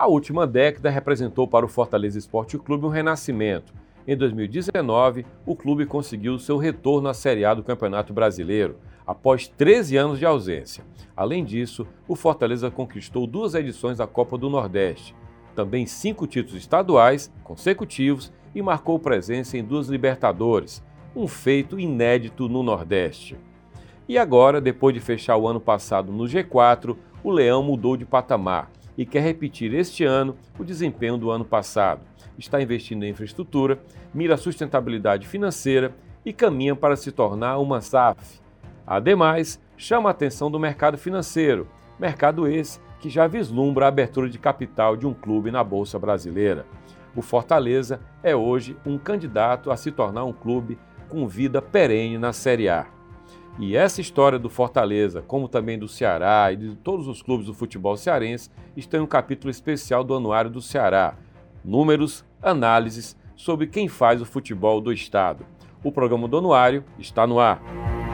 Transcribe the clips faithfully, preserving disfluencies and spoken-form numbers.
A última década representou para o Fortaleza Esporte Clube um renascimento. Em dois mil e dezenove, o clube conseguiu seu retorno à Série A do Campeonato Brasileiro, após treze anos de ausência. Além disso, o Fortaleza conquistou duas edições da Copa do Nordeste, também cinco títulos estaduais consecutivos e marcou presença em duas Libertadores, um feito inédito no Nordeste. E agora, depois de fechar o ano passado no G quatro, o Leão mudou de patamar e quer repetir este ano o desempenho do ano passado. Está investindo em infraestrutura, mira a sustentabilidade financeira e caminha para se tornar uma S A F. Ademais, chama a atenção do mercado financeiro, mercado esse que já vislumbra a abertura de capital de um clube na Bolsa Brasileira. O Fortaleza é hoje um candidato a se tornar um clube com vida perene na Série A. E essa história do Fortaleza, como também do Ceará e de todos os clubes do futebol cearense, está em um capítulo especial do Anuário do Ceará. Números, análises sobre quem faz o futebol do estado. O programa do Anuário está no ar.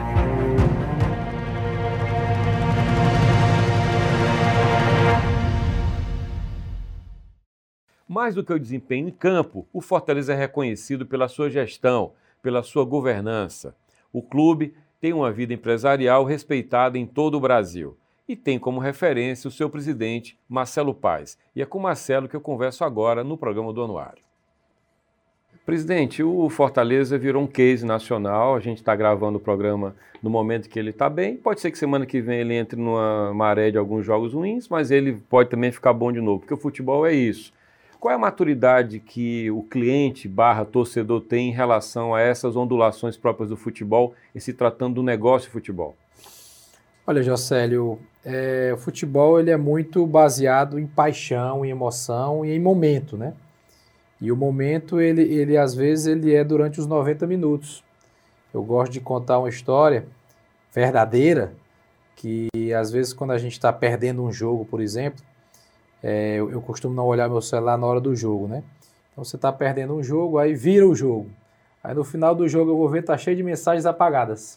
Mais do que o desempenho em campo, o Fortaleza é reconhecido pela sua gestão, pela sua governança. O clube tem uma vida empresarial respeitada em todo o Brasil e tem como referência o seu presidente, Marcelo Paes. E é com Marcelo que eu converso agora no programa do Anuário. Presidente, o Fortaleza virou um case nacional, a gente está gravando o programa no momento que ele está bem. Pode ser que semana que vem ele entre numa maré de alguns jogos ruins, mas ele pode também ficar bom de novo, porque o futebol é isso. Qual é a maturidade que o cliente barra torcedor tem em relação a essas ondulações próprias do futebol e se tratando do negócio de futebol? Olha, Jocélio, é, o futebol ele é muito baseado em paixão, em emoção e em momento, né? E o momento, ele, ele às vezes, ele é durante os noventa minutos. Eu gosto de contar uma história verdadeira que, às vezes, quando a gente está perdendo um jogo, por exemplo, É, eu, eu costumo não olhar meu celular na hora do jogo, né? Então você está perdendo um jogo, aí vira o jogo. Aí no final do jogo eu vou ver, tá cheio de mensagens apagadas.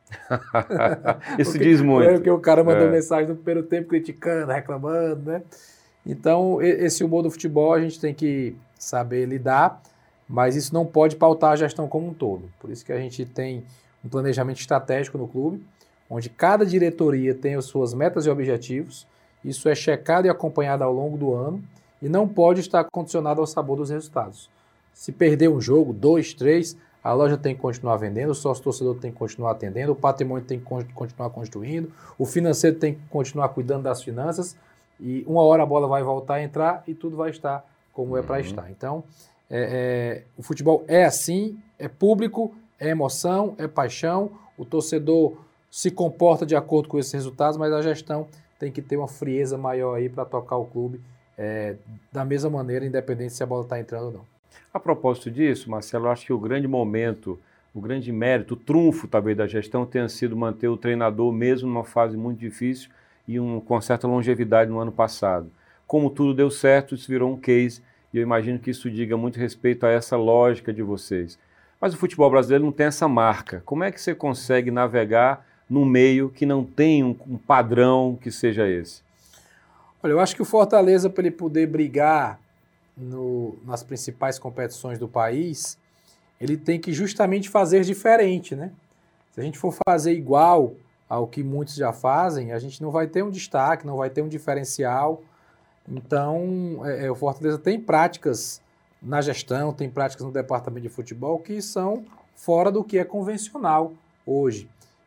Isso porque, diz muito. Porque o cara mandou é. mensagem no primeiro tempo criticando, reclamando, né? Então esse humor do futebol a gente tem que saber lidar, mas isso não pode pautar a gestão como um todo. Por isso que a gente tem um planejamento estratégico no clube, onde cada diretoria tem as suas metas e objetivos. Isso é checado e acompanhado ao longo do ano e não pode estar condicionado ao sabor dos resultados. Se perder um jogo, dois, três, a loja tem que continuar vendendo, o sócio-torcedor tem que continuar atendendo, o patrimônio tem que continuar construindo, o financeiro tem que continuar cuidando das finanças e uma hora a bola vai voltar a entrar e tudo vai estar como é para estar. Então, é, é, o futebol é assim, é público, é emoção, é paixão, o torcedor se comporta de acordo com esses resultados, mas a gestão tem que ter uma frieza maior aí para tocar o clube é, da mesma maneira, independente se a bola está entrando ou não. A propósito disso, Marcelo, eu acho que o grande momento, o grande mérito, o trunfo talvez da gestão tenha sido manter o treinador mesmo numa fase muito difícil e um, com certa longevidade no ano passado. Como tudo deu certo, isso virou um case e eu imagino que isso diga muito respeito a essa lógica de vocês. Mas o futebol brasileiro não tem essa marca. Como é que você consegue navegar num meio que não tem um, um padrão que seja esse? Olha, eu acho que o Fortaleza, para ele poder brigar no, nas principais competições do país, ele tem que justamente fazer diferente, né? Se a gente for fazer igual ao que muitos já fazem, a gente não vai ter um destaque, não vai ter um diferencial. Então, é, o Fortaleza tem práticas na gestão, tem práticas no departamento de futebol que são fora do que é convencional hoje.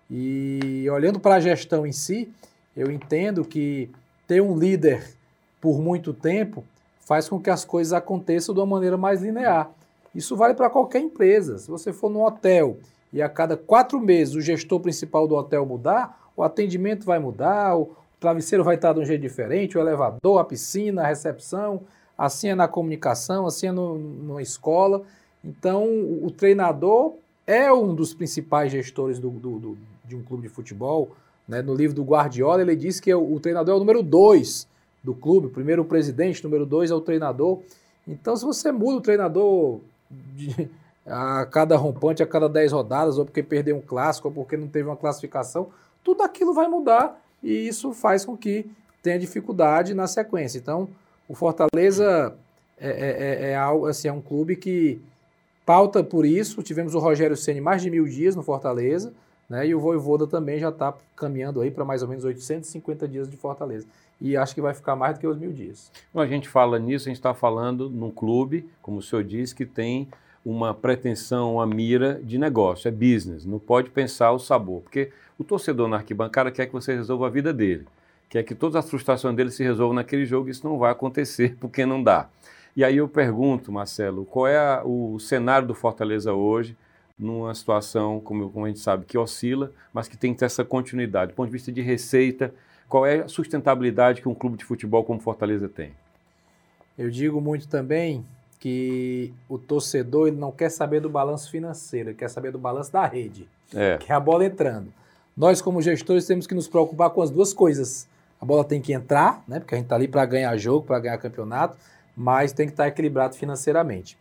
E olhando para a gestão em si, eu entendo que ter um líder por muito tempo faz com que as coisas aconteçam de uma maneira mais linear. Isso vale para qualquer empresa. Se você for num hotel e a cada quatro meses o gestor principal do hotel mudar, o atendimento vai mudar, o travesseiro vai estar de um jeito diferente, o elevador, a piscina, a recepção, assim é na comunicação, assim é no, na escola. Então, o, o treinador é um dos principais gestores do, do, do, de um clube de futebol. Né? No livro do Guardiola, ele diz que o, o treinador é o número dois do clube. Primeiro o presidente, número dois é o treinador. Então, se você muda o treinador de, a cada rompante, a cada dez rodadas, ou porque perdeu um clássico, ou porque não teve uma classificação, tudo aquilo vai mudar e isso faz com que tenha dificuldade na sequência. Então, o Fortaleza é, é, é, algo, assim, é um clube que pauta por isso. Tivemos o Rogério Ceni mais de mil dias no Fortaleza, né? E o Vojvoda também já está caminhando aí para mais ou menos oitocentos e cinquenta dias de Fortaleza. E acho que vai ficar mais do que os mil dias. Quando a gente fala nisso, a gente está falando num clube, como o senhor disse, que tem uma pretensão, uma mira de negócio, é business, não pode pensar o sabor, porque o torcedor na arquibancada quer que você resolva a vida dele, quer que todas as frustrações dele se resolvam naquele jogo, e isso não vai acontecer porque não dá. E aí eu pergunto, Marcelo, qual é a, o cenário do Fortaleza hoje, numa situação, como, como a gente sabe, que oscila, mas que tem que ter essa continuidade, do ponto de vista de receita, qual é a sustentabilidade que um clube de futebol como Fortaleza tem? Eu digo muito também que o torcedor ele não quer saber do balanço financeiro, ele quer saber do balanço da rede, é. que é a bola entrando. Nós, como gestores, temos que nos preocupar com as duas coisas. A bola tem que entrar, né, porque a gente está ali para ganhar jogo, para ganhar campeonato, mas tem que estar equilibrado financeiramente.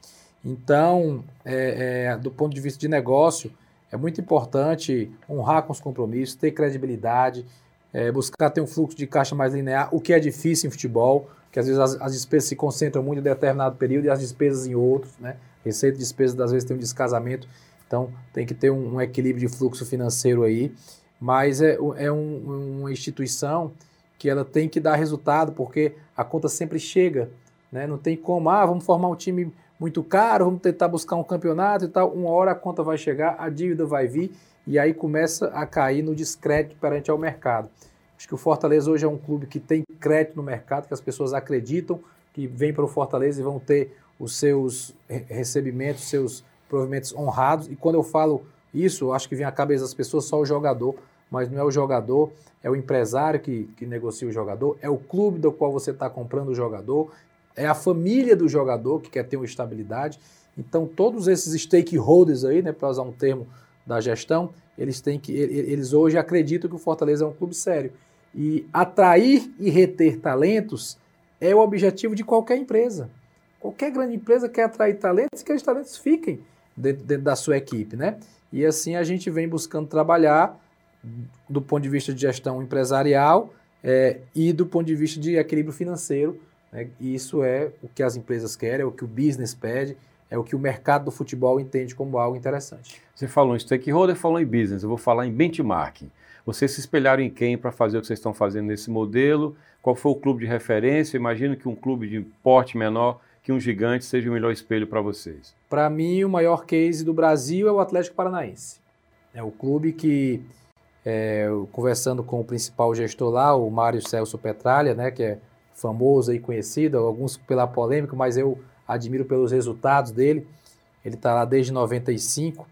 Então, é, é, do ponto de vista de negócio, é muito importante honrar com os compromissos, ter credibilidade, é, buscar ter um fluxo de caixa mais linear, o que é difícil em futebol, que às vezes as, as despesas se concentram muito em determinado período e as despesas em outros, né? Receita e despesas, às vezes, tem um descasamento, então tem que ter um, um equilíbrio de fluxo financeiro aí, mas é, é um, uma instituição que ela tem que dar resultado, porque a conta sempre chega, né? Não tem como, ah, vamos formar um time muito caro, vamos tentar buscar um campeonato e tal, uma hora a conta vai chegar, a dívida vai vir, e aí começa a cair no descrédito perante ao mercado. Acho que o Fortaleza hoje é um clube que tem crédito no mercado, que as pessoas acreditam que vêm para o Fortaleza e vão ter os seus recebimentos, seus provimentos honrados. E quando eu falo isso, eu acho que vem à cabeça das pessoas só o jogador, mas não é o jogador, é o empresário que, que negocia o jogador, é o clube do qual você está comprando o jogador, é a família do jogador que quer ter uma estabilidade. Então, todos esses stakeholders aí, né, para usar um termo da gestão, eles, têm que, eles hoje acreditam que o Fortaleza é um clube sério. E atrair e reter talentos é o objetivo de qualquer empresa. Qualquer grande empresa quer atrair talentos e que os talentos fiquem dentro, dentro da sua equipe, né? E assim a gente vem buscando trabalhar do ponto de vista de gestão empresarial é, e do ponto de vista de equilíbrio financeiro, né? E isso é o que as empresas querem, é o que o business pede, é o que o mercado do futebol entende como algo interessante. Você falou em stakeholder, falou em business, eu vou falar em benchmarking. Vocês se espelharam em quem para fazer o que vocês estão fazendo nesse modelo? Qual foi o clube de referência? Eu imagino que um clube de porte menor que um gigante seja o melhor espelho para vocês. Para mim, o maior case do Brasil é o Atlético Paranaense. É o clube que, é, conversando com o principal gestor lá, o Mário Celso Petralha, né, que é famoso e conhecido, alguns pela polêmica, mas eu admiro pelos resultados dele. Ele está lá desde noventa e cinco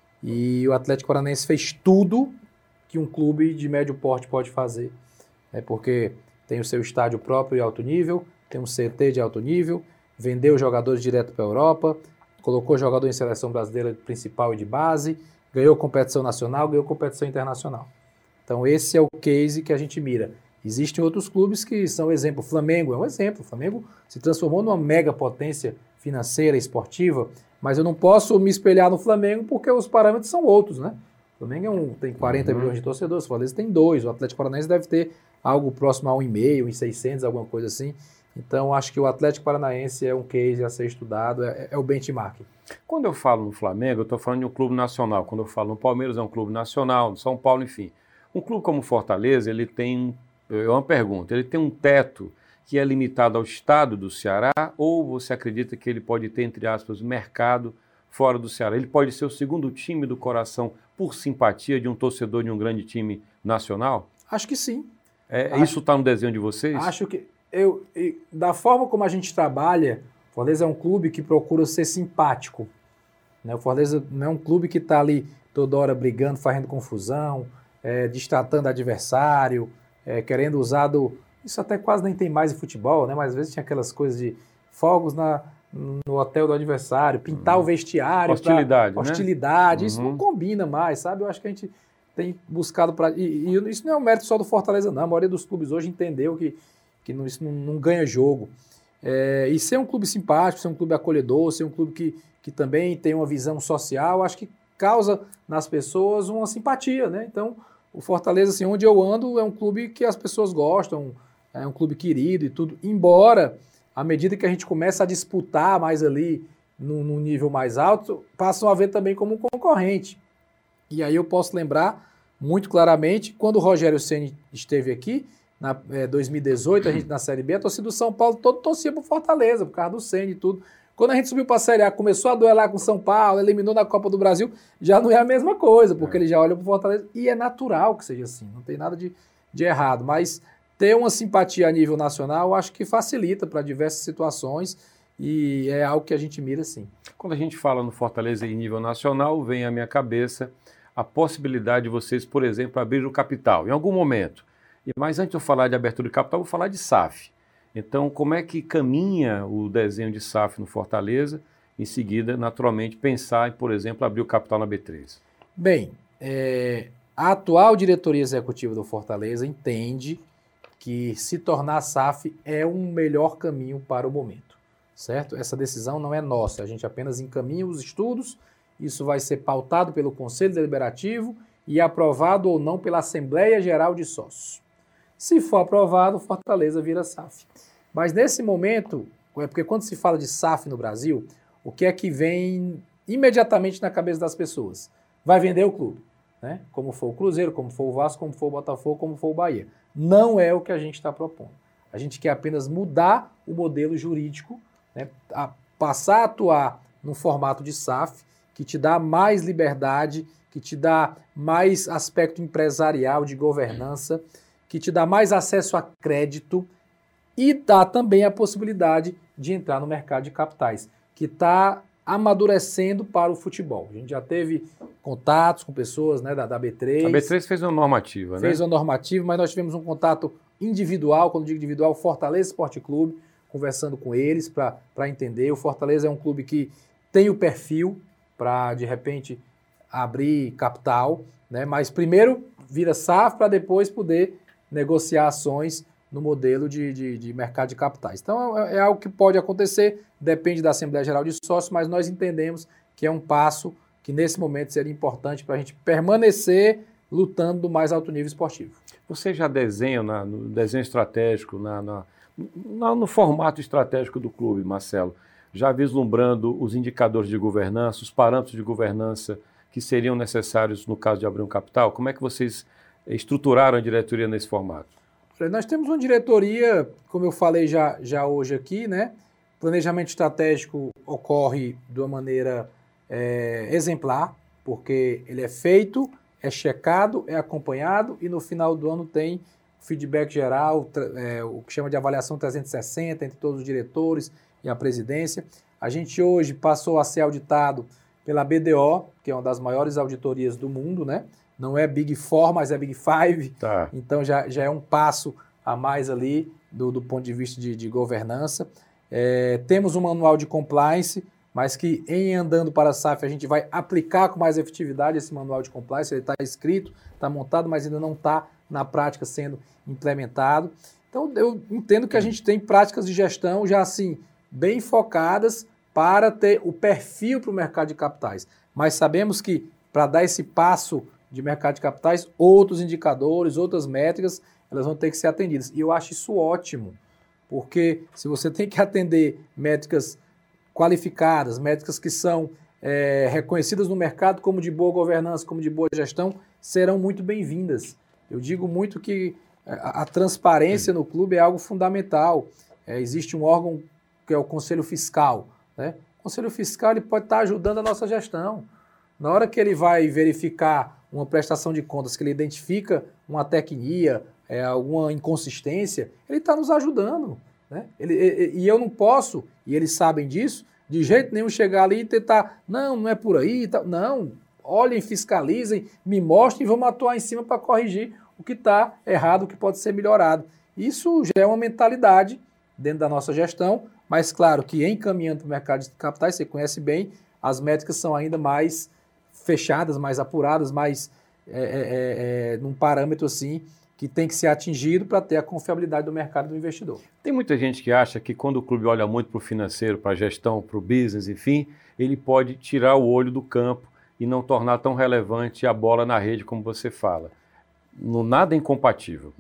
e o Atlético Paranaense fez tudo que um clube de médio porte pode fazer, é porque tem o seu estádio próprio de alto nível, tem um C T de alto nível, vendeu jogadores direto para a Europa, colocou jogador em seleção brasileira principal e de base, ganhou competição nacional, ganhou competição internacional. Então esse é o case que a gente mira. Existem outros clubes que são exemplo. O Flamengo é um exemplo. O Flamengo se transformou numa mega potência financeira, esportiva, mas eu não posso me espelhar no Flamengo porque os parâmetros são outros, né? O Flamengo é um, tem quarenta uhum. milhões de torcedores, o Fortaleza tem dois, o Atlético Paranaense deve ter algo próximo a um e meio, em seiscentos, alguma coisa assim. Então, acho que o Atlético Paranaense é um case a ser estudado, é, é o benchmark. Quando eu falo no Flamengo, eu estou falando de um clube nacional. Quando eu falo no Palmeiras, é um clube nacional, no São Paulo, enfim. Um clube como o Fortaleza, ele tem, é uma pergunta, ele tem um teto que é limitado ao estado do Ceará, ou você acredita que ele pode ter, entre aspas, mercado fora do Ceará? Ele pode ser o segundo time do coração por simpatia de um torcedor de um grande time nacional? Acho que sim. É, acho, isso está no desenho de vocês? Acho que, eu, da forma como a gente trabalha, o Fortaleza é um clube que procura ser simpático, né? O Fortaleza não é um clube que está ali toda hora brigando, fazendo confusão, é, destratando adversário, é, querendo usar do... Isso até quase nem tem mais em futebol, né? Mas às vezes tinha aquelas coisas de fogos na... no hotel do adversário, pintar uhum. o vestiário. Hostilidade, pra... né? Hostilidade, uhum. isso não combina mais, sabe? Eu acho que a gente tem buscado para... E, e isso não é um mérito só do Fortaleza, não. A maioria dos clubes hoje entendeu que, que não, isso não, não ganha jogo. É, e ser um clube simpático, ser um clube acolhedor, ser um clube que, que também tem uma visão social, acho que causa nas pessoas uma simpatia, né? Então, o Fortaleza, assim, onde eu ando, é um clube que as pessoas gostam, é um clube querido e tudo, embora à medida que a gente começa a disputar mais ali num, num nível mais alto, passam a ver também como um concorrente. E aí eu posso lembrar muito claramente, quando o Rogério Ceni esteve aqui, na é, dois mil e dezoito, a gente na Série B, a torcida do São Paulo todo torcia pro Fortaleza, por causa do Ceni e tudo. Quando a gente subiu para a Série A, começou a duelar com o São Paulo, eliminou na Copa do Brasil, já não é a mesma coisa, porque é. ele já olha pro Fortaleza, e é natural que seja assim, não tem nada de, de errado, mas ter uma simpatia a nível nacional, eu acho que facilita para diversas situações, e é algo que a gente mira sim. Quando a gente fala no Fortaleza em nível nacional, vem à minha cabeça a possibilidade de vocês, por exemplo, abrir o capital, em algum momento. Mas antes de eu falar de abertura de capital, eu vou falar de S A F. Então, como é que caminha o desenho de S A F no Fortaleza? Em seguida, naturalmente, pensar em, por exemplo, abrir o capital na B três. Bem, é, a atual diretoria executiva do Fortaleza entende que se tornar S A F é um melhor caminho para o momento, certo? Essa decisão não é nossa, a gente apenas encaminha os estudos, isso vai ser pautado pelo Conselho Deliberativo e aprovado ou não pela Assembleia Geral de Sócios. Se for aprovado, Fortaleza vira S A F. Mas nesse momento, é porque quando se fala de S A F no Brasil, o que é que vem imediatamente na cabeça das pessoas? Vai vender o clube, né? Como for o Cruzeiro, como for o Vasco, como for o Botafogo, como for o Bahia. Não é o que a gente está propondo. A gente quer apenas mudar o modelo jurídico, né? A passar a atuar no formato de S A F, que te dá mais liberdade, que te dá mais aspecto empresarial de governança, que te dá mais acesso a crédito e dá também a possibilidade de entrar no mercado de capitais, que está amadurecendo para o futebol. A gente já teve contatos com pessoas, né, da, da B três. A B três fez uma normativa, fez né? Fez uma normativa, mas nós tivemos um contato individual, quando digo individual, Fortaleza Esporte Clube, conversando com eles para entender. O Fortaleza é um clube que tem o perfil para, de repente, abrir capital, né? Mas primeiro vira S A F para depois poder negociar ações no modelo de, de, de mercado de capitais. Então é, é algo que pode acontecer, depende da Assembleia Geral de Sócios, mas nós entendemos que é um passo que nesse momento seria importante para a gente permanecer lutando do mais alto nível esportivo. Você já desenha na, no desenho estratégico, na, na, na, no formato estratégico do clube, Marcelo, já vislumbrando os indicadores de governança, os parâmetros de governança que seriam necessários no caso de abrir um capital? Como é que vocês estruturaram a diretoria nesse formato? Nós temos uma diretoria, como eu falei já, já hoje aqui, né? Planejamento estratégico ocorre de uma maneira é, exemplar, porque ele é feito, é checado, é acompanhado e no final do ano tem feedback geral, é, o que chama de avaliação trezentos e sessenta entre todos os diretores e a presidência. A gente hoje passou a ser auditado pela B D O, que é uma das maiores auditorias do mundo, né? Não é Big Four, mas é Big Five. Tá. Então já, já é um passo a mais ali do, do ponto de vista de, de governança. É, temos um manual de compliance, mas que em andando para a S A F a gente vai aplicar com mais efetividade esse manual de compliance. Ele está escrito, está montado, mas ainda não está na prática sendo implementado. Então eu entendo que a gente tem práticas de gestão já assim bem focadas para ter o perfil para o mercado de capitais. Mas sabemos que para dar esse passo de mercado de capitais, outros indicadores, outras métricas, elas vão ter que ser atendidas. E eu acho isso ótimo, porque se você tem que atender métricas qualificadas, métricas que são é, reconhecidas no mercado como de boa governança, como de boa gestão, serão muito bem-vindas. Eu digo muito que a, a transparência no clube é algo fundamental. É, existe um órgão que é o Conselho Fiscal, né? O Conselho Fiscal ele pode estar ajudando a nossa gestão. Na hora que ele vai verificar uma prestação de contas, que ele identifica uma tecnia, é, alguma inconsistência, ele está nos ajudando, né? Ele, e, e eu não posso, e eles sabem disso, de jeito nenhum chegar ali e tentar, não, não é por aí, tá, não, olhem, fiscalizem, me mostrem e vamos atuar em cima para corrigir o que está errado, o que pode ser melhorado. Isso já é uma mentalidade dentro da nossa gestão, mas claro que encaminhando para o mercado de capitais, você conhece bem, as métricas são ainda mais fechadas, mais apuradas, mais é, é, é, num parâmetro assim que tem que ser atingido para ter a confiabilidade do mercado do investidor. Tem muita gente que acha que quando o clube olha muito para o financeiro, para a gestão, para o business, enfim, ele pode tirar o olho do campo e não tornar tão relevante a bola na rede como você fala. No nada incompatível, né?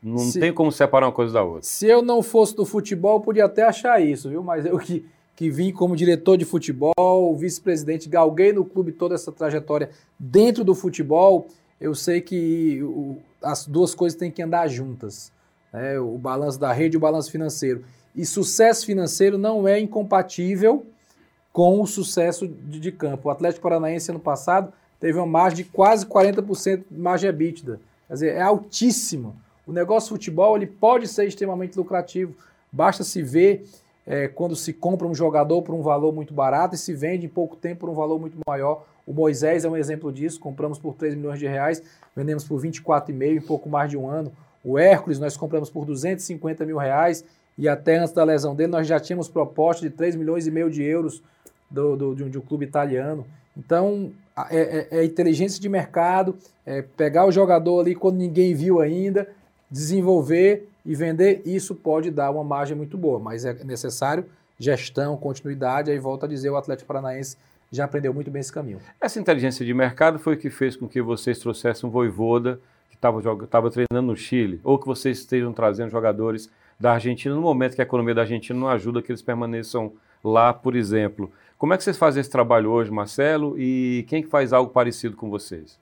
Não se, tem como separar uma coisa da outra. Se eu não fosse do futebol, eu podia até achar isso, viu? Mas eu que, que vim como diretor de futebol, vice-presidente, galguei no clube toda essa trajetória dentro do futebol, eu sei que o, as duas coisas têm que andar juntas. Né? O balanço da rede e o balanço financeiro. E sucesso financeiro não é incompatível com o sucesso de, de campo. O Atlético Paranaense, ano passado, teve uma margem de quase quarenta por cento de margem EBITDA. Quer dizer, é altíssimo. O negócio de futebol ele pode ser extremamente lucrativo. Basta se ver é, quando se compra um jogador por um valor muito barato e se vende em pouco tempo por um valor muito maior. O Moisés é um exemplo disso. Compramos por três milhões de reais, vendemos por vinte e quatro vírgula cinco em pouco mais de um ano. O Hércules nós compramos por duzentos e cinquenta mil reais e até antes da lesão dele nós já tínhamos proposta de três milhões e meio de euros do, do, de, um, de um clube italiano. Então, é, é, é inteligência de mercado, é pegar o jogador ali quando ninguém viu ainda, desenvolver e vender, isso pode dar uma margem muito boa, mas é necessário gestão, continuidade, aí volta a dizer, o Atlético Paranaense já aprendeu muito bem esse caminho. Essa inteligência de mercado foi o que fez com que vocês trouxessem um Vojvoda que estava treinando no Chile, ou que vocês estejam trazendo jogadores da Argentina no momento que a economia da Argentina não ajuda que eles permaneçam lá, por exemplo. Como é que vocês fazem esse trabalho hoje, Marcelo, e quem que faz algo parecido com vocês?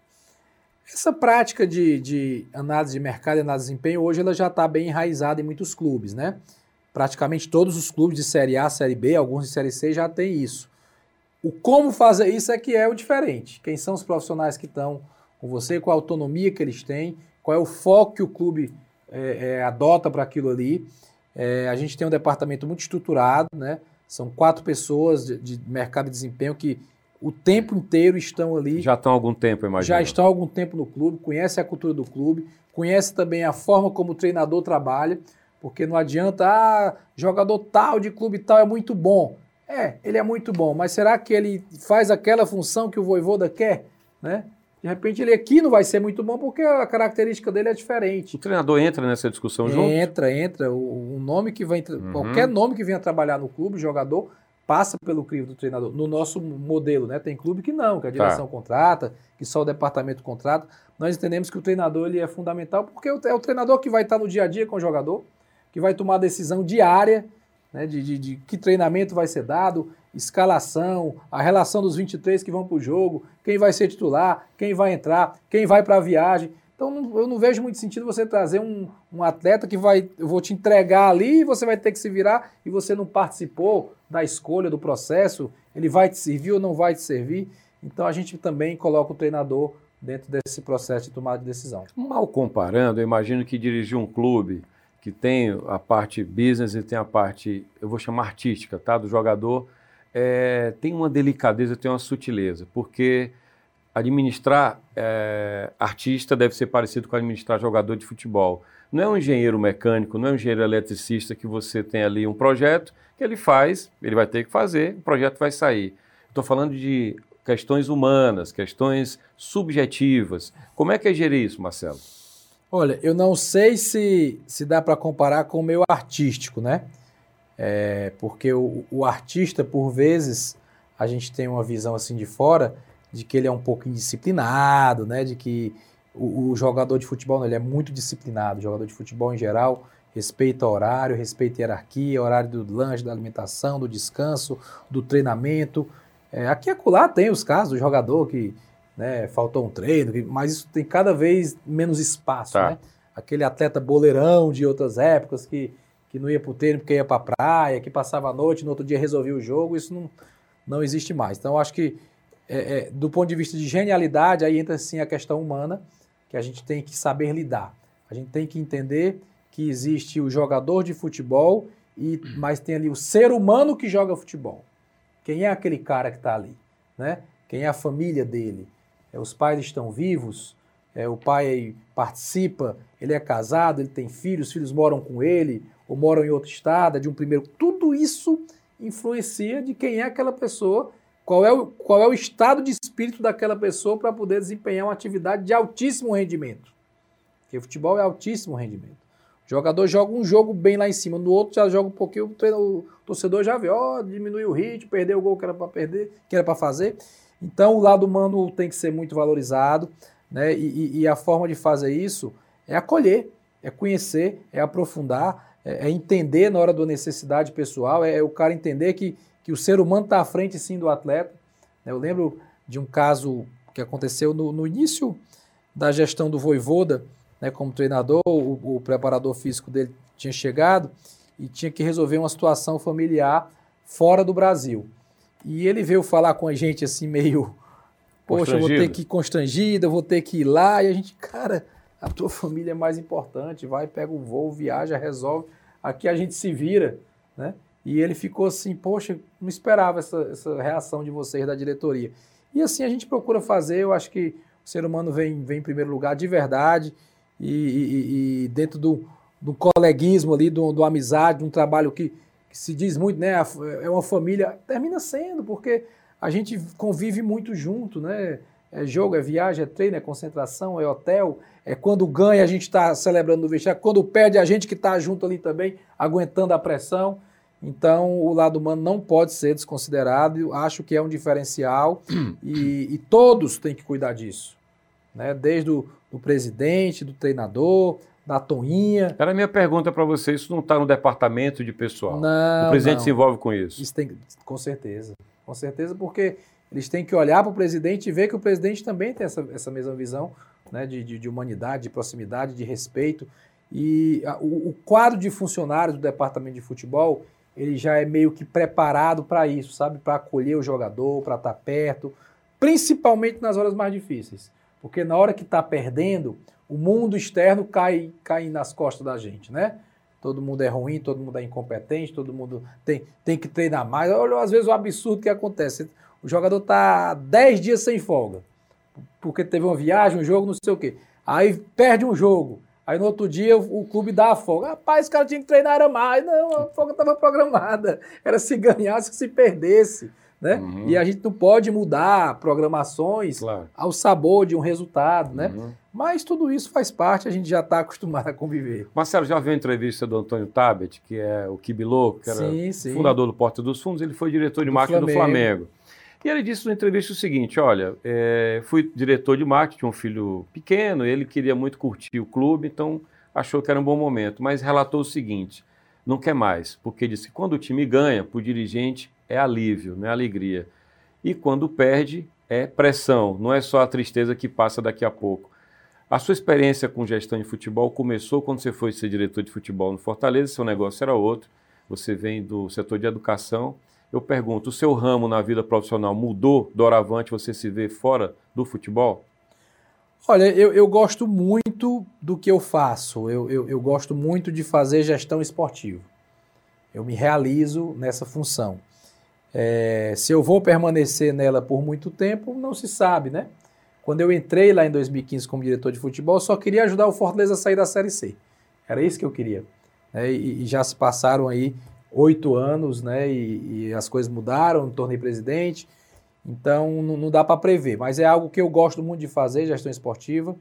Essa prática de, de análise de mercado e análise de desempenho, hoje ela já está bem enraizada em muitos clubes, né? Praticamente todos os clubes de Série A, Série B, alguns de Série C já tem isso. O como fazer isso é que é o diferente. Quem são os profissionais que estão com você, qual a autonomia que eles têm, qual é o foco que o clube é, é, adota para aquilo ali. É, a gente tem um departamento muito estruturado, né? São quatro pessoas de, de mercado de desempenho que o tempo inteiro estão ali. Já estão há algum tempo, imagino. Já estão há algum tempo no clube, conhecem a cultura do clube, conhecem também a forma como o treinador trabalha, porque não adianta, ah, jogador tal de clube tal é muito bom. É, ele é muito bom, mas será que ele faz aquela função que o Vojvoda quer? Né? De repente ele aqui não vai ser muito bom porque a característica dele é diferente. O treinador entra nessa discussão junto? Entra, entra. O, o nome que vem, uhum. Qualquer nome que venha trabalhar no clube, jogador, passa pelo crivo do treinador. No nosso modelo, né? Tem clube que não, que a direção tá. contrata, que só o departamento contrata. Nós entendemos que o treinador ele é fundamental porque é o treinador que vai estar no dia a dia com o jogador, que vai tomar a decisão diária, né, de, de, de que treinamento vai ser dado, escalação, a relação dos vinte e três que vão para o jogo, quem vai ser titular, quem vai entrar, quem vai para a viagem. Então não, eu não vejo muito sentido você trazer um, um atleta que vai, eu vou te entregar ali e você vai ter que se virar e você não participou da escolha, do processo, ele vai te servir ou não vai te servir. Então a gente também coloca o treinador dentro desse processo de tomada de decisão. Mal comparando, eu imagino que dirigir um clube que tem a parte business e tem a parte, eu vou chamar artística, tá, do jogador, é, tem uma delicadeza, tem uma sutileza, porque administrar é, artista deve ser parecido com administrar jogador de futebol. Não é um engenheiro mecânico, não é um engenheiro eletricista que você tem ali um projeto que ele faz, ele vai ter que fazer, o projeto vai sair. Estou falando de questões humanas, questões subjetivas. Como é que é gerir isso, Marcelo? Olha, eu não sei se, se dá para comparar com o meio artístico, né? É, porque o, o artista, por vezes, a gente tem uma visão assim de fora de que ele é um pouco indisciplinado, né? De que o, o jogador de futebol não, ele é muito disciplinado. O jogador de futebol, em geral, respeita horário, respeita hierarquia, horário do lanche, da alimentação, do descanso, do treinamento. É, aqui e acolá tem os casos do jogador que... né, faltou um treino, mas isso tem cada vez menos espaço, tá. né? Aquele atleta boleirão de outras épocas que, que não ia pro treino porque ia pra praia, que passava a noite, no outro dia resolvia o jogo, isso não, não existe mais. Então, eu acho que, é, é, do ponto de vista de genialidade, aí entra sim a questão humana, que a gente tem que saber lidar. A gente tem que entender que existe o jogador de futebol, e, mas tem ali o ser humano que joga futebol. Quem é aquele cara que está ali? Né? Quem é a família dele? É, os pais estão vivos, é, o pai participa, ele é casado, ele tem filhos, os filhos moram com ele, ou moram em outro estado, é de um primeiro... Tudo isso influencia de quem é aquela pessoa, qual é o, qual é o estado de espírito daquela pessoa para poder desempenhar uma atividade de altíssimo rendimento. Porque o futebol é altíssimo rendimento. O jogador joga um jogo bem lá em cima, no outro já joga um pouquinho, o, treino, o torcedor já vê, ó, oh, diminuiu o ritmo, perdeu o gol que era para perder, que era para fazer. Então o lado humano tem que ser muito valorizado, né? E, e, e a forma de fazer isso é acolher, é conhecer, é aprofundar, é, é entender na hora da necessidade pessoal, é, é o cara entender que, que o ser humano está à frente sim do atleta. Eu lembro de um caso que aconteceu no, no início da gestão do Vojvoda, né, como treinador, o, o preparador físico dele tinha chegado e tinha que resolver uma situação familiar fora do Brasil. E ele veio falar com a gente assim meio, poxa, eu vou ter que ir constrangido, eu vou ter que ir lá, e a gente, cara, a tua família é mais importante, vai, pega o voo, viaja, resolve, aqui a gente se vira, né? E ele ficou assim, poxa, não esperava essa, essa reação de vocês da diretoria. E assim a gente procura fazer, eu acho que o ser humano vem, vem em primeiro lugar de verdade, e, e, e dentro do, do coleguismo ali, do, do amizade, de um trabalho que, que se diz muito, né? É uma família, termina sendo, porque a gente convive muito junto, né? É jogo, é viagem, é treino, é concentração, é hotel, é quando ganha a gente está celebrando no vestiário, quando perde a gente que está junto ali também, aguentando a pressão. Então, o lado humano não pode ser desconsiderado, acho que é um diferencial e, e todos têm que cuidar disso, né? Desde o do presidente, do treinador, da Toinha. Era a minha pergunta para você, isso não está no departamento de pessoal? Não, o presidente não. se envolve com isso? Isso tem, com certeza, com certeza, porque eles têm que olhar para o presidente e ver que o presidente também tem essa, essa mesma visão, né, de, de, de humanidade, de proximidade, de respeito. E a, o, o quadro de funcionários do departamento de futebol, ele já é meio que preparado para isso, sabe? Para acolher o jogador, para estar perto, principalmente nas horas mais difíceis. Porque na hora que está perdendo, o mundo externo cai, cai nas costas da gente, né? Todo mundo é ruim, todo mundo é incompetente, todo mundo tem, tem que treinar mais. Olha, às vezes, o absurdo que acontece. O jogador está dez dias sem folga, porque teve uma viagem, um jogo, não sei o quê. Aí perde um jogo. Aí no outro dia o, o clube dá a folga. Rapaz, esse cara tinha que treinar era mais. Não, a folga estava programada. Era se ganhasse que se perdesse. Né? Uhum. E a gente não pode mudar programações claro. Ao sabor de um resultado. Né? Uhum. Mas tudo isso faz parte, a gente já está acostumado a conviver. Marcelo, já viu a entrevista do Antônio Tabet, que é o Kibilô, que era sim, sim. fundador do Porta dos Fundos, ele foi diretor de do marketing Flamengo. do Flamengo. E ele disse na entrevista o seguinte, olha, é, fui diretor de marketing, tinha um filho pequeno, ele queria muito curtir o clube, então achou que era um bom momento, mas relatou o seguinte, não quer mais, porque disse que quando o time ganha, para o dirigente é alívio, não é alegria. E quando perde, é pressão, não é só a tristeza que passa daqui a pouco. A sua experiência com gestão de futebol começou quando você foi ser diretor de futebol no Fortaleza, seu negócio era outro, você vem do setor de educação. Eu pergunto, o seu ramo na vida profissional mudou doravante, você se vê fora do futebol? Olha, eu, eu gosto muito do que eu faço, eu, eu, eu gosto muito de fazer gestão esportiva. Eu me realizo nessa função. É, se eu vou permanecer nela por muito tempo, não se sabe, né? Quando eu entrei lá em dois mil e quinze como diretor de futebol, eu só queria ajudar o Fortaleza a sair da Série C. Era isso que eu queria. É, e, e já se passaram aí oito anos, né, e, e as coisas mudaram, me tornei presidente, então não, não dá para prever, mas é algo que eu gosto muito de fazer, gestão esportiva.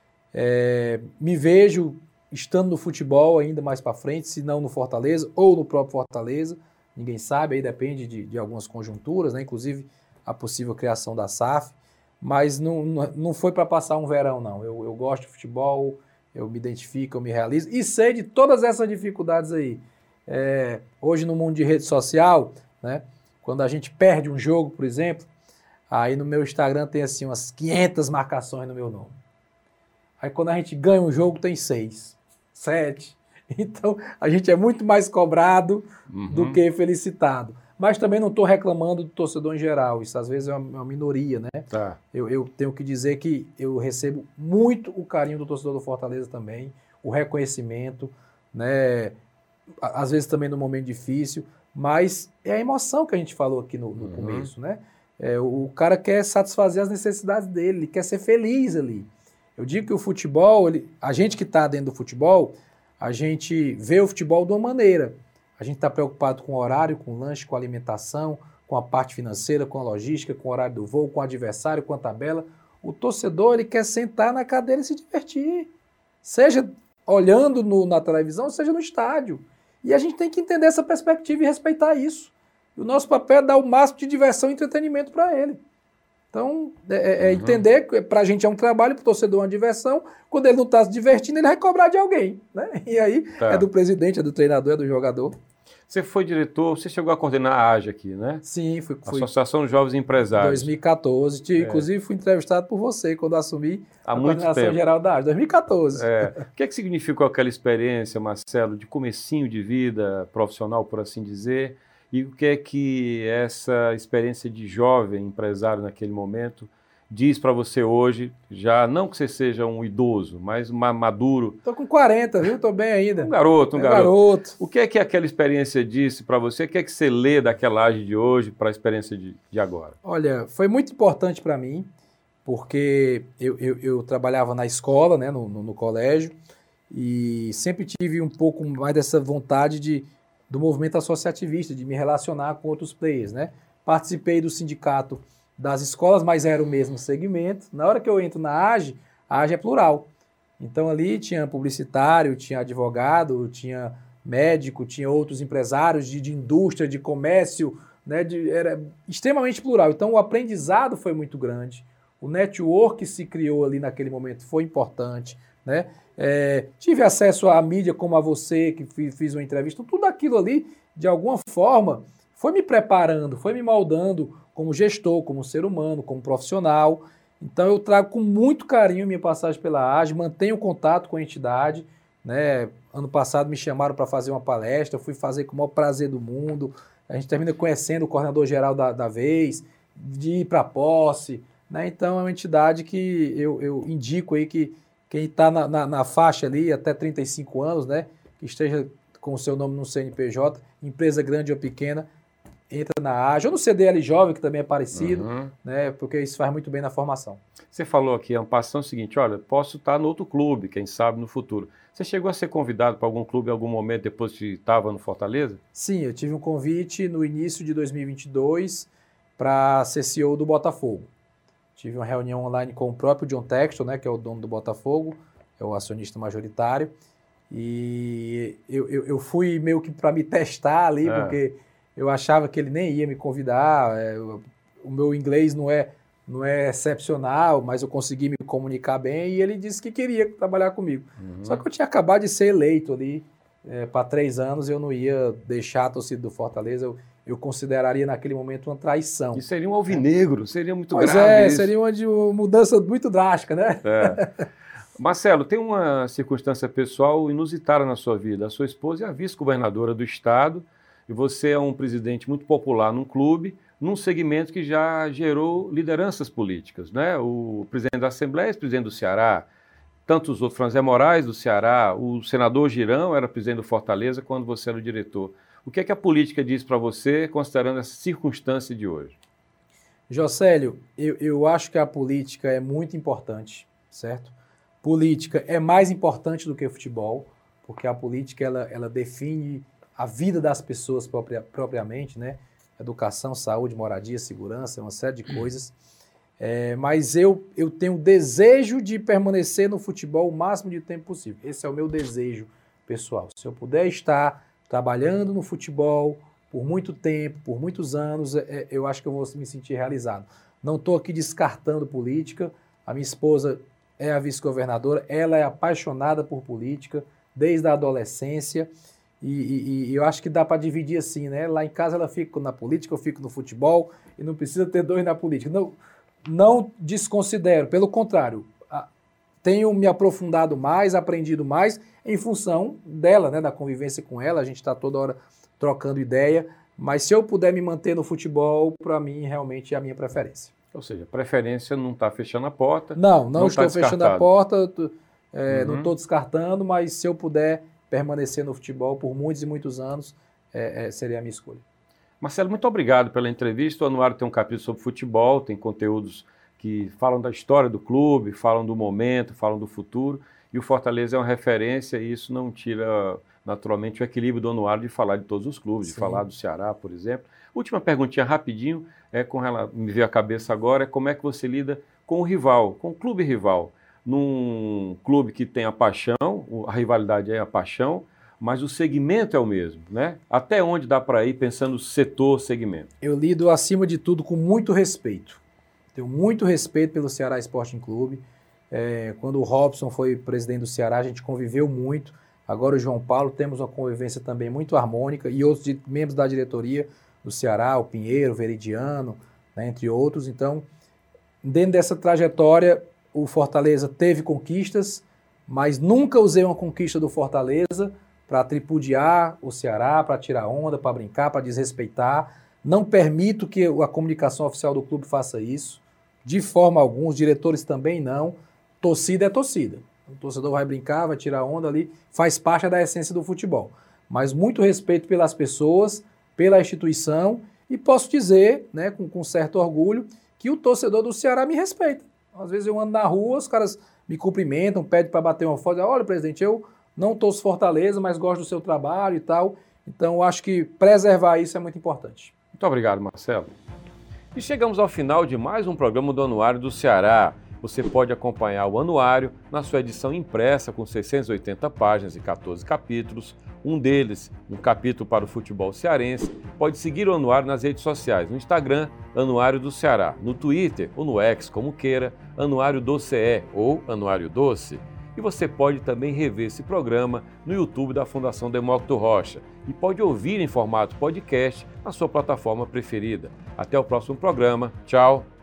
É, me vejo estando no futebol ainda mais para frente, se não no Fortaleza ou no próprio Fortaleza, ninguém sabe, aí depende de, de algumas conjunturas, né, inclusive a possível criação da S A F, mas não, não foi para passar um verão, não. Eu, eu gosto de futebol, eu me identifico, eu me realizo e sei de todas essas dificuldades aí. É, hoje no mundo de rede social, né, quando a gente perde um jogo, por exemplo, aí no meu Instagram tem assim umas quinhentas marcações no meu nome. Aí quando a gente ganha um jogo tem seis, sete. Então a gente é muito mais cobrado uhum. do que felicitado. Mas também não estou reclamando do torcedor em geral, isso às vezes é uma, uma minoria, né? Tá. Eu, eu tenho que dizer que eu recebo muito o carinho do torcedor do Fortaleza também, o reconhecimento, né? Às vezes também num momento difícil, mas é a emoção que a gente falou aqui no, no uhum. começo, né? É, o cara quer satisfazer as necessidades dele, ele quer ser feliz ali. Eu digo que o futebol, ele, a gente que está dentro do futebol, a gente vê o futebol de uma maneira. A gente está preocupado com o horário, com o lanche, com a alimentação, com a parte financeira, com a logística, com o horário do voo, com o adversário, com a tabela. O torcedor, ele quer sentar na cadeira e se divertir. Seja olhando no, na televisão, seja no estádio. E a gente tem que entender essa perspectiva e respeitar isso. E o nosso papel é dar o máximo de diversão e entretenimento para ele. Então, é, é uhum. entender que para a gente é um trabalho, para o torcedor é uma diversão. Quando ele não está se divertindo, ele vai cobrar de alguém, né? E aí tá. é do presidente, é do treinador, é do jogador. Você foi diretor, você chegou a coordenar a A G E aqui, né? Sim, fui. fui. Associação de Jovens Empresários. dois mil e quatorze. É. Inclusive, fui entrevistado por você quando assumi Há a muito coordenação tempo. geral da A G E. dois mil e quatorze. É. O que é que significou aquela experiência, Marcelo, de comecinho de vida profissional, por assim dizer? E o que é que essa experiência de jovem empresário naquele momento diz para você hoje, já não que você seja um idoso, mas um maduro? Estou com quarenta, viu? Estou bem ainda. Um garoto, um é garoto. garoto. O que é que aquela experiência disse para você? O que é que você lê daquela A G E de hoje para a experiência de, de agora? Olha, foi muito importante para mim, porque eu, eu, eu trabalhava na escola, né, no, no, no colégio, e sempre tive um pouco mais dessa vontade de, do movimento associativista, de me relacionar com outros players, né? Participei do sindicato das escolas, mas era o mesmo segmento. Na hora que eu entro na A G E, a A G E é plural. Então ali tinha publicitário, tinha advogado, tinha médico, tinha outros empresários de, de indústria, de comércio, né? De, era extremamente plural. Então o aprendizado foi muito grande. O network que se criou ali naquele momento foi importante, né? É, tive acesso à mídia como a você, que fiz, fiz uma entrevista. Então, tudo aquilo ali, de alguma forma, foi me preparando, foi me moldando como gestor, como ser humano, como profissional. Então eu trago com muito carinho minha passagem pela A G E, mantenho contato com a entidade, né? Ano passado me chamaram para fazer uma palestra, eu fui fazer com o maior prazer do mundo. A gente termina conhecendo o coordenador-geral da, da vez, de ir para a posse, né? Então é uma entidade que eu, eu indico aí que quem está na, na, na faixa ali até trinta e cinco anos, né? Que esteja com o seu nome no C N P J, empresa grande ou pequena, entra na A G E, ou no C D L Jovem, que também é parecido, uhum. né, porque isso faz muito bem na formação. Você falou aqui, Ampação, o seguinte, olha, posso estar no outro clube, quem sabe no futuro. Você chegou a ser convidado para algum clube em algum momento depois que estava no Fortaleza? Sim, eu tive um convite no início de dois mil e vinte e dois para ser C E O do Botafogo. Tive uma reunião online com o próprio John Textor, né, que é o dono do Botafogo, é o acionista majoritário, e eu, eu, eu fui meio que para me testar ali, é. porque eu achava que ele nem ia me convidar, é, o meu inglês não é, não é excepcional, mas eu consegui me comunicar bem e ele disse que queria trabalhar comigo. Uhum. Só que eu tinha acabado de ser eleito ali é, para três anos, eu não ia deixar a torcida do Fortaleza, eu, eu consideraria naquele momento uma traição. E seria um alvinegro, é. seria muito pois grave é, isso. seria uma, de, uma mudança muito drástica, né? É. Marcelo, tem uma circunstância pessoal inusitada na sua vida. A sua esposa é a vice-governadora do estado, e você é um presidente muito popular num clube, num segmento que já gerou lideranças políticas, né? O presidente da Assembleia é presidente do Ceará, tantos outros, Franzé Moraes do Ceará, o senador Girão era presidente do Fortaleza quando você era o diretor. O que é que a política diz para você, considerando essa circunstância de hoje? Jocélio, eu, eu acho que a política é muito importante, certo? Política é mais importante do que o futebol, porque a política ela, ela define a vida das pessoas propria, propriamente, né? Educação, saúde, moradia, segurança, uma série de coisas. É, mas eu, eu tenho o desejo de permanecer no futebol o máximo de tempo possível. Esse é o meu desejo pessoal. Se eu puder estar trabalhando no futebol por muito tempo, por muitos anos, é, eu acho que eu vou me sentir realizado. Não estou aqui descartando política. A minha esposa é a vice-governadora, ela é apaixonada por política desde a adolescência. E, e, e eu acho que dá para dividir assim, né? Lá em casa ela fica na política, eu fico no futebol, e não precisa ter dois na política. Não, não desconsidero, pelo contrário, a, tenho me aprofundado mais, aprendido mais em função dela, né? Da convivência com ela, a gente está toda hora trocando ideia, mas se eu puder me manter no futebol, para mim realmente é a minha preferência. Ou seja, preferência não está fechando a porta. Não, não, não estou tá fechando a porta, é, uhum. não estou descartando, mas se eu puder permanecer no futebol por muitos e muitos anos, é, é, seria a minha escolha. Marcelo, muito obrigado pela entrevista. O Anuário tem um capítulo sobre futebol, tem conteúdos que falam da história do clube, falam do momento, falam do futuro, e o Fortaleza é uma referência, e isso não tira, naturalmente, o equilíbrio do Anuário de falar de todos os clubes, Sim. de falar do Ceará, por exemplo. Última perguntinha rapidinho, é com ela, me veio à cabeça agora, é como é que você lida com o rival, com o clube rival. Num clube que tem a paixão, a rivalidade é a paixão, mas o segmento é o mesmo, né? Até onde dá para ir pensando setor, segmento? Eu lido, acima de tudo, com muito respeito. Tenho muito respeito pelo Ceará Sporting Clube. É, quando o Robson foi presidente do Ceará, a gente conviveu muito. Agora o João Paulo, temos uma convivência também muito harmônica, e outros de, membros da diretoria do Ceará, o Pinheiro, o Veridiano, né, entre outros. Então, dentro dessa trajetória, o Fortaleza teve conquistas, mas nunca usei uma conquista do Fortaleza para tripudiar o Ceará, para tirar onda, para brincar, para desrespeitar. Não permito que a comunicação oficial do clube faça isso, de forma alguma, os diretores também não. Torcida é torcida. O torcedor vai brincar, vai tirar onda ali, faz parte da essência do futebol. Mas muito respeito pelas pessoas, pela instituição, e posso dizer, né, com, com certo orgulho, que o torcedor do Ceará me respeita. Às vezes eu ando na rua, os caras me cumprimentam, pedem para bater uma foto. Olha, presidente, eu não torço Fortaleza, mas gosto do seu trabalho e tal. Então, eu acho que preservar isso é muito importante. Muito obrigado, Marcelo. E chegamos ao final de mais um programa do Anuário do Ceará. Você pode acompanhar o anuário na sua edição impressa com seiscentas e oitenta páginas e quatorze capítulos. Um deles, um capítulo para o futebol cearense. Pode seguir o anuário nas redes sociais, no Instagram, Anuário do Ceará, no Twitter ou no X, como queira, Anuário do C E ou Anuário Doce. E você pode também rever esse programa no YouTube da Fundação Demócrito Rocha e pode ouvir em formato podcast na sua plataforma preferida. Até o próximo programa. Tchau!